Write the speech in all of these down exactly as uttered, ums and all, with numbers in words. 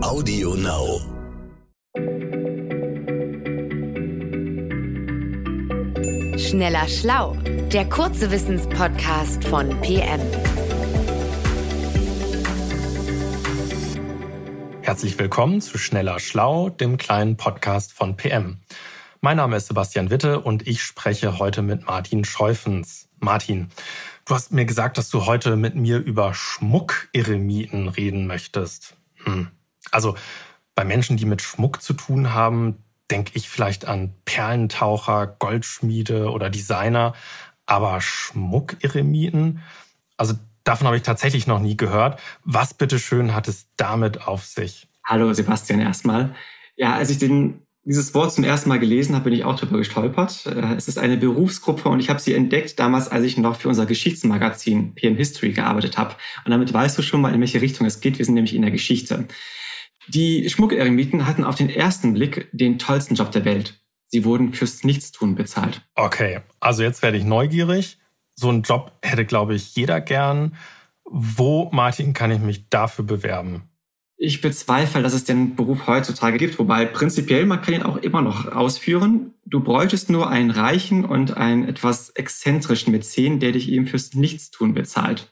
Audio Now. Schneller Schlau, der kurze Wissenspodcast von P M. Herzlich willkommen zu Schneller Schlau, dem kleinen Podcast von P M. Mein Name ist Sebastian Witte und ich spreche heute mit Martin Scheufens. Martin, du hast mir gesagt, dass du heute mit mir über Schmuck-Eremiten reden möchtest. Hm. Also bei Menschen, die mit Schmuck zu tun haben, denke ich vielleicht an Perlentaucher, Goldschmiede oder Designer. Aber Schmuck-Eremiten? Also davon habe ich tatsächlich noch nie gehört. Was bitteschön hat es damit auf sich? Hallo Sebastian erstmal. Ja, als ich den, dieses Wort zum ersten Mal gelesen habe, bin ich auch drüber gestolpert. Es ist eine Berufsgruppe und ich habe sie entdeckt damals, als ich noch für unser Geschichtsmagazin P M History gearbeitet habe. Und damit weißt du schon mal, in welche Richtung es geht. Wir sind nämlich in der Geschichte. Die Schmuck-Eremiten hatten auf den ersten Blick den tollsten Job der Welt. Sie wurden fürs Nichtstun bezahlt. Okay, also jetzt werde ich neugierig. So einen Job hätte, glaube ich, jeder gern. Wo, Martin, kann ich mich dafür bewerben? Ich bezweifle, dass es den Beruf heutzutage gibt, wobei prinzipiell man kann ihn auch immer noch ausführen. Du bräuchtest nur einen reichen und einen etwas exzentrischen Mäzen, der dich eben fürs Nichtstun bezahlt.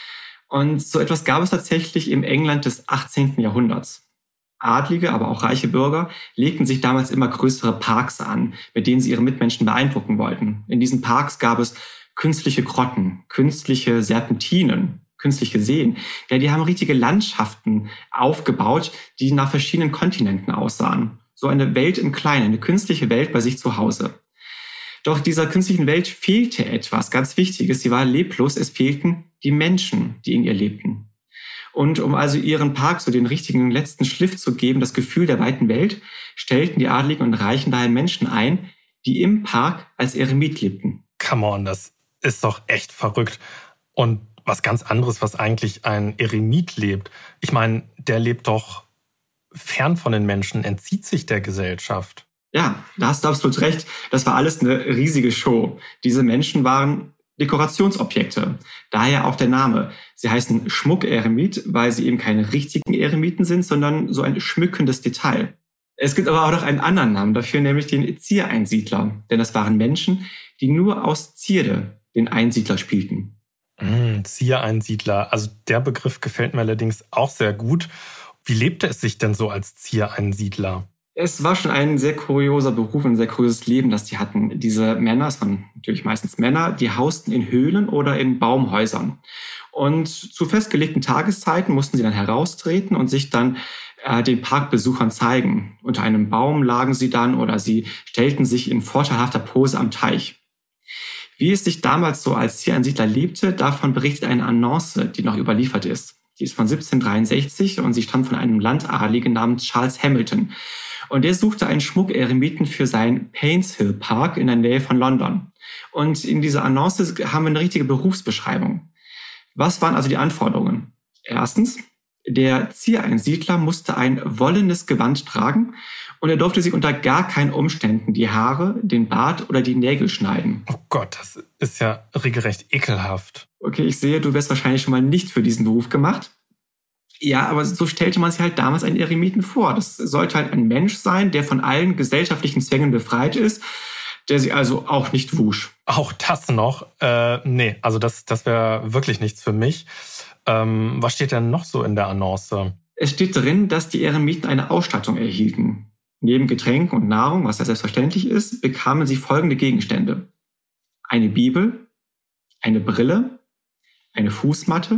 Und so etwas gab es tatsächlich im England des achtzehnten Jahrhunderts. Adlige, aber auch reiche Bürger legten sich damals immer größere Parks an, mit denen sie ihre Mitmenschen beeindrucken wollten. In diesen Parks gab es künstliche Grotten, künstliche Serpentinen, künstliche Seen. Ja, die haben richtige Landschaften aufgebaut, die nach verschiedenen Kontinenten aussahen. So eine Welt im Kleinen, eine künstliche Welt bei sich zu Hause. Doch dieser künstlichen Welt fehlte etwas ganz Wichtiges. Sie war leblos, es fehlten die Menschen, die in ihr lebten. Und um also ihren Park so den richtigen letzten Schliff zu geben, das Gefühl der weiten Welt, stellten die Adligen und Reichen daher Menschen ein, die im Park als Eremit lebten. Come on, das ist doch echt verrückt. Und was ganz anderes, was eigentlich ein Eremit lebt. Ich meine, der lebt doch fern von den Menschen, entzieht sich der Gesellschaft. Ja, da hast du absolut recht. Das war alles eine riesige Show. Diese Menschen waren Dekorationsobjekte. Daher auch der Name. Sie heißen Schmuck-Eremit, weil sie eben keine richtigen Eremiten sind, sondern so ein schmückendes Detail. Es gibt aber auch noch einen anderen Namen dafür, nämlich den Ziereinsiedler. Denn das waren Menschen, die nur aus Zierde den Einsiedler spielten. Mm, Ziereinsiedler, also der Begriff gefällt mir allerdings auch sehr gut. Wie lebte es sich denn so als Ziereinsiedler? Es war schon ein sehr kurioser Beruf und ein sehr kurioses Leben, das die hatten. Diese Männer, es waren natürlich meistens Männer, die hausten in Höhlen oder in Baumhäusern. Und zu festgelegten Tageszeiten mussten sie dann heraustreten und sich dann äh, den Parkbesuchern zeigen. Unter einem Baum lagen sie dann oder sie stellten sich in vorteilhafter Pose am Teich. Wie es sich damals so als Ziereinsiedler lebte, davon berichtet eine Annonce, die noch überliefert ist. Die ist von siebzehnhundertdreiundsechzig und sie stammt von einem Landadligen namens Charles Hamilton. Und der suchte einen Schmuck-Eremiten für seinen Painshill Park in der Nähe von London. Und in dieser Annonce haben wir eine richtige Berufsbeschreibung. Was waren also die Anforderungen? Erstens, der Ziereinsiedler musste ein wollenes Gewand tragen und er durfte sich unter gar keinen Umständen die Haare, den Bart oder die Nägel schneiden. Oh Gott, das ist ja regelrecht ekelhaft. Okay, ich sehe, du wärst wahrscheinlich schon mal nicht für diesen Beruf gemacht. Ja, aber so stellte man sich halt damals einen Eremiten vor. Das sollte halt ein Mensch sein, der von allen gesellschaftlichen Zwängen befreit ist, der sich also auch nicht wusch. Auch das noch? Äh, nee, also das, das wäre wirklich nichts für mich. Ähm, was steht denn noch so in der Annonce? Es steht drin, dass die Eremiten eine Ausstattung erhielten. Neben Getränken und Nahrung, was ja selbstverständlich ist, bekamen sie folgende Gegenstände. Eine Bibel, eine Brille, eine Fußmatte,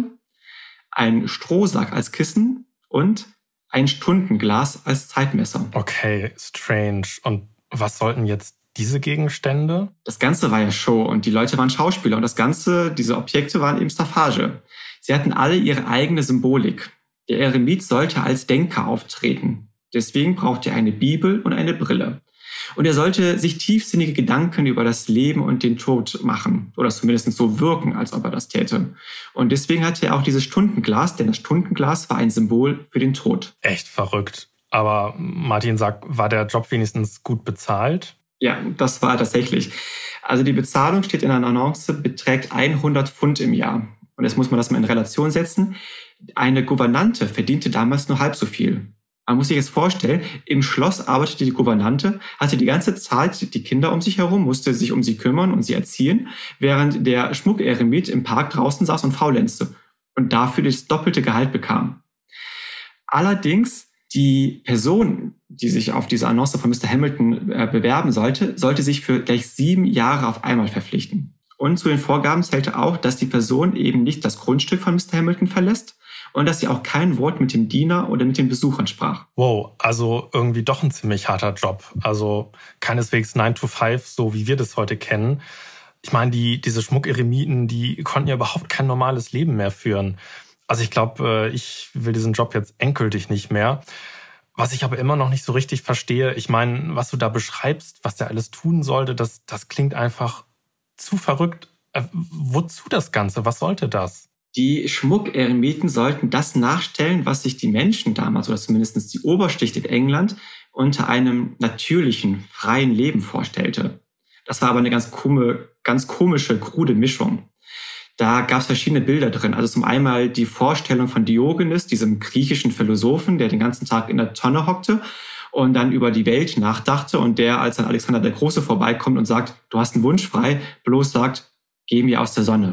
ein Strohsack als Kissen und ein Stundenglas als Zeitmesser. Okay, strange. Und was sollten jetzt diese Gegenstände? Das Ganze war ja Show und die Leute waren Schauspieler und das Ganze, diese Objekte waren eben Staffage. Sie hatten alle ihre eigene Symbolik. Der Eremit sollte als Denker auftreten. Deswegen brauchte er eine Bibel und eine Brille. Und er sollte sich tiefsinnige Gedanken über das Leben und den Tod machen. Oder zumindest so wirken, als ob er das täte. Und deswegen hatte er auch dieses Stundenglas, denn das Stundenglas war ein Symbol für den Tod. Echt verrückt. Aber Martin sagt, war der Job wenigstens gut bezahlt? Ja, das war tatsächlich. Also die Bezahlung steht in einer Annonce, beträgt hundert Pfund im Jahr. Und jetzt muss man das mal in Relation setzen. Eine Gouvernante verdiente damals nur halb so viel. Man muss sich jetzt vorstellen, im Schloss arbeitete die Gouvernante, hatte die ganze Zeit die Kinder um sich herum, musste sich um sie kümmern und sie erziehen, während der Schmuckeremit im Park draußen saß und faulenzte und dafür das doppelte Gehalt bekam. Allerdings, die Person, die sich auf diese Annonce von Mister Hamilton äh, bewerben sollte, sollte sich für gleich sieben Jahre auf einmal verpflichten. Und zu den Vorgaben zählte auch, dass die Person eben nicht das Grundstück von Mister Hamilton verlässt und dass sie auch kein Wort mit dem Diener oder mit den Besuchern sprach. Wow, also irgendwie doch ein ziemlich harter Job. Also keineswegs nine to five, so wie wir das heute kennen. Ich meine, die, diese Schmuckeremiten, die konnten ja überhaupt kein normales Leben mehr führen. Also ich glaube, ich will diesen Job jetzt endgültig nicht mehr. Was ich aber immer noch nicht so richtig verstehe, ich meine, was du da beschreibst, was der alles tun sollte, das, das klingt einfach zu verrückt. Äh, wozu das Ganze? Was sollte das? Die Schmuckeremiten sollten das nachstellen, was sich die Menschen damals, oder zumindest die Oberschicht in England, unter einem natürlichen, freien Leben vorstellte. Das war aber eine ganz, komische, ganz komische, krude Mischung. Da gab es verschiedene Bilder drin. Also zum einen die Vorstellung von Diogenes, diesem griechischen Philosophen, der den ganzen Tag in der Tonne hockte und dann über die Welt nachdachte und der, als dann Alexander der Große vorbeikommt und sagt, du hast einen Wunsch frei, bloß sagt, geh mir aus der Sonne.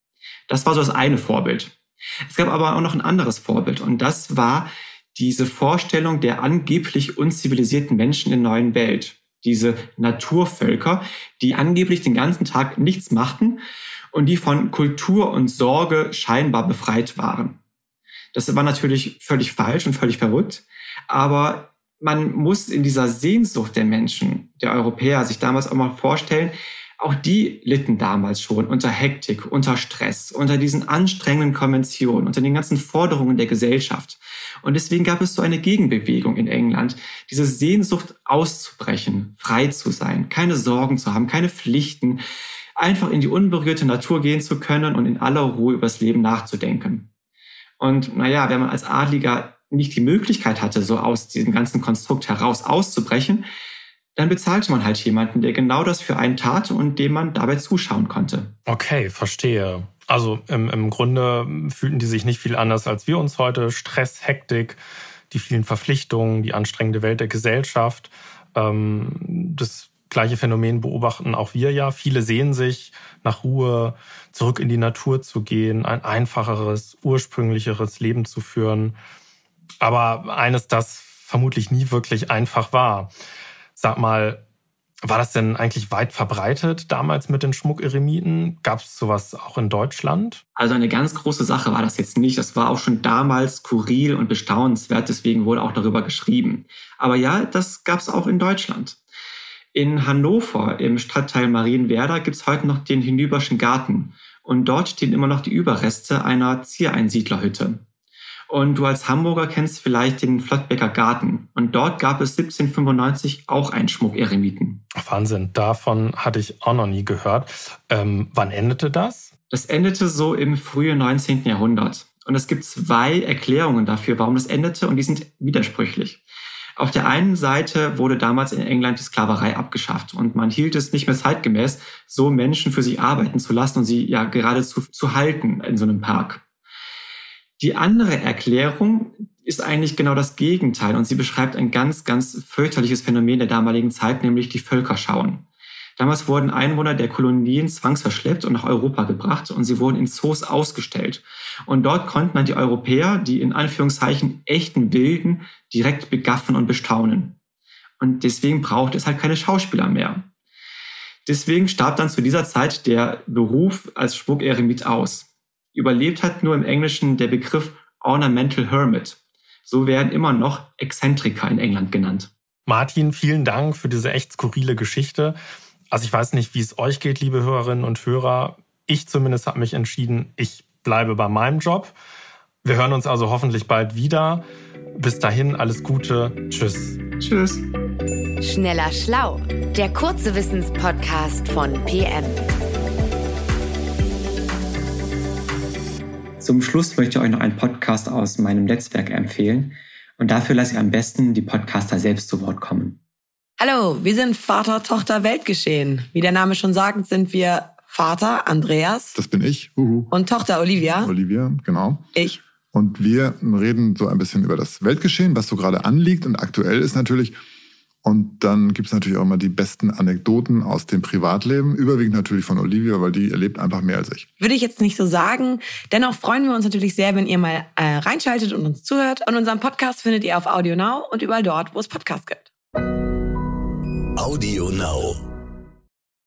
Das war so das eine Vorbild. Es gab aber auch noch ein anderes Vorbild und das war diese Vorstellung der angeblich unzivilisierten Menschen in der neuen Welt. Diese Naturvölker, die angeblich den ganzen Tag nichts machten und die von Kultur und Sorge scheinbar befreit waren. Das war natürlich völlig falsch und völlig verrückt, aber man muss in dieser Sehnsucht der Menschen, der Europäer, sich damals auch mal vorstellen, auch die litten damals schon unter Hektik, unter Stress, unter diesen anstrengenden Konventionen, unter den ganzen Forderungen der Gesellschaft. Und deswegen gab es so eine Gegenbewegung in England, diese Sehnsucht auszubrechen, frei zu sein, keine Sorgen zu haben, keine Pflichten, einfach in die unberührte Natur gehen zu können und in aller Ruhe über das Leben nachzudenken. Und naja, wenn man als Adliger nicht die Möglichkeit hatte, so aus diesem ganzen Konstrukt heraus auszubrechen, dann bezahlte man halt jemanden, der genau das für einen tat und dem man dabei zuschauen konnte. Okay, verstehe. Also im, im Grunde fühlten die sich nicht viel anders als wir uns heute. Stress, Hektik, die vielen Verpflichtungen, die anstrengende Welt der Gesellschaft. Ähm, das gleiche Phänomen beobachten auch wir ja. Viele sehen sich nach Ruhe, zurück in die Natur zu gehen, ein einfacheres, ursprünglicheres Leben zu führen. Aber eines, das vermutlich nie wirklich einfach war. Sag mal, war das denn eigentlich weit verbreitet damals mit den Schmuckeremiten? Gab es sowas auch in Deutschland? Also eine ganz große Sache war das jetzt nicht. Das war auch schon damals skurril und bestaunenswert, deswegen wurde auch darüber geschrieben. Aber ja, das gab es auch in Deutschland. In Hannover, im Stadtteil Marienwerder, gibt es heute noch den Hinüberschen Garten. Und dort stehen immer noch die Überreste einer Ziereinsiedlerhütte. Und du als Hamburger kennst vielleicht den Flottbecker Garten. Und dort gab es siebzehnhundertfünfundneunzig auch einen Schmuckeremiten. Wahnsinn, davon hatte ich auch noch nie gehört. Ähm, wann endete das? Das endete so im frühen neunzehnten Jahrhundert. Und es gibt zwei Erklärungen dafür, warum das endete, und die sind widersprüchlich. Auf der einen Seite wurde damals in England die Sklaverei abgeschafft und man hielt es nicht mehr zeitgemäß, so Menschen für sich arbeiten zu lassen und sie ja geradezu zu halten in so einem Park. Die andere Erklärung ist eigentlich genau das Gegenteil und sie beschreibt ein ganz, ganz fürchterliches Phänomen der damaligen Zeit, nämlich die Völkerschauen. Damals wurden Einwohner der Kolonien zwangsverschleppt und nach Europa gebracht und sie wurden in Zoos ausgestellt. Und dort konnten dann die Europäer, die in Anführungszeichen echten Wilden, direkt begaffen und bestaunen. Und deswegen braucht es halt keine Schauspieler mehr. Deswegen starb dann zu dieser Zeit der Beruf als Schmuckeremit aus. Überlebt hat nur im Englischen der Begriff Ornamental Hermit. So werden immer noch Exzentriker in England genannt. Martin, vielen Dank für diese echt skurrile Geschichte. Also ich weiß nicht, wie es euch geht, liebe Hörerinnen und Hörer. Ich zumindest habe mich entschieden, ich bleibe bei meinem Job. Wir hören uns also hoffentlich bald wieder. Bis dahin, alles Gute. Tschüss. Tschüss. Schneller Schlau, der kurze Wissenspodcast von P M. Zum Schluss möchte ich euch noch einen Podcast aus meinem Netzwerk empfehlen. Und dafür lasse ich am besten die Podcaster selbst zu Wort kommen. Hallo, wir sind Vater, Tochter, Weltgeschehen. Wie der Name schon sagt, sind wir Vater, Andreas. Das bin ich. Uhu. Und Tochter, Olivia. Olivia, genau. Ich. Und wir reden so ein bisschen über das Weltgeschehen, was so gerade anliegt und aktuell ist natürlich. Und dann gibt es natürlich auch immer die besten Anekdoten aus dem Privatleben, überwiegend natürlich von Olivia, weil die erlebt einfach mehr als ich. Würde ich jetzt nicht so sagen. Dennoch freuen wir uns natürlich sehr, wenn ihr mal äh, reinschaltet und uns zuhört. Und unseren Podcast findet ihr auf Audio Now und überall dort, wo es Podcasts gibt. Audio Now.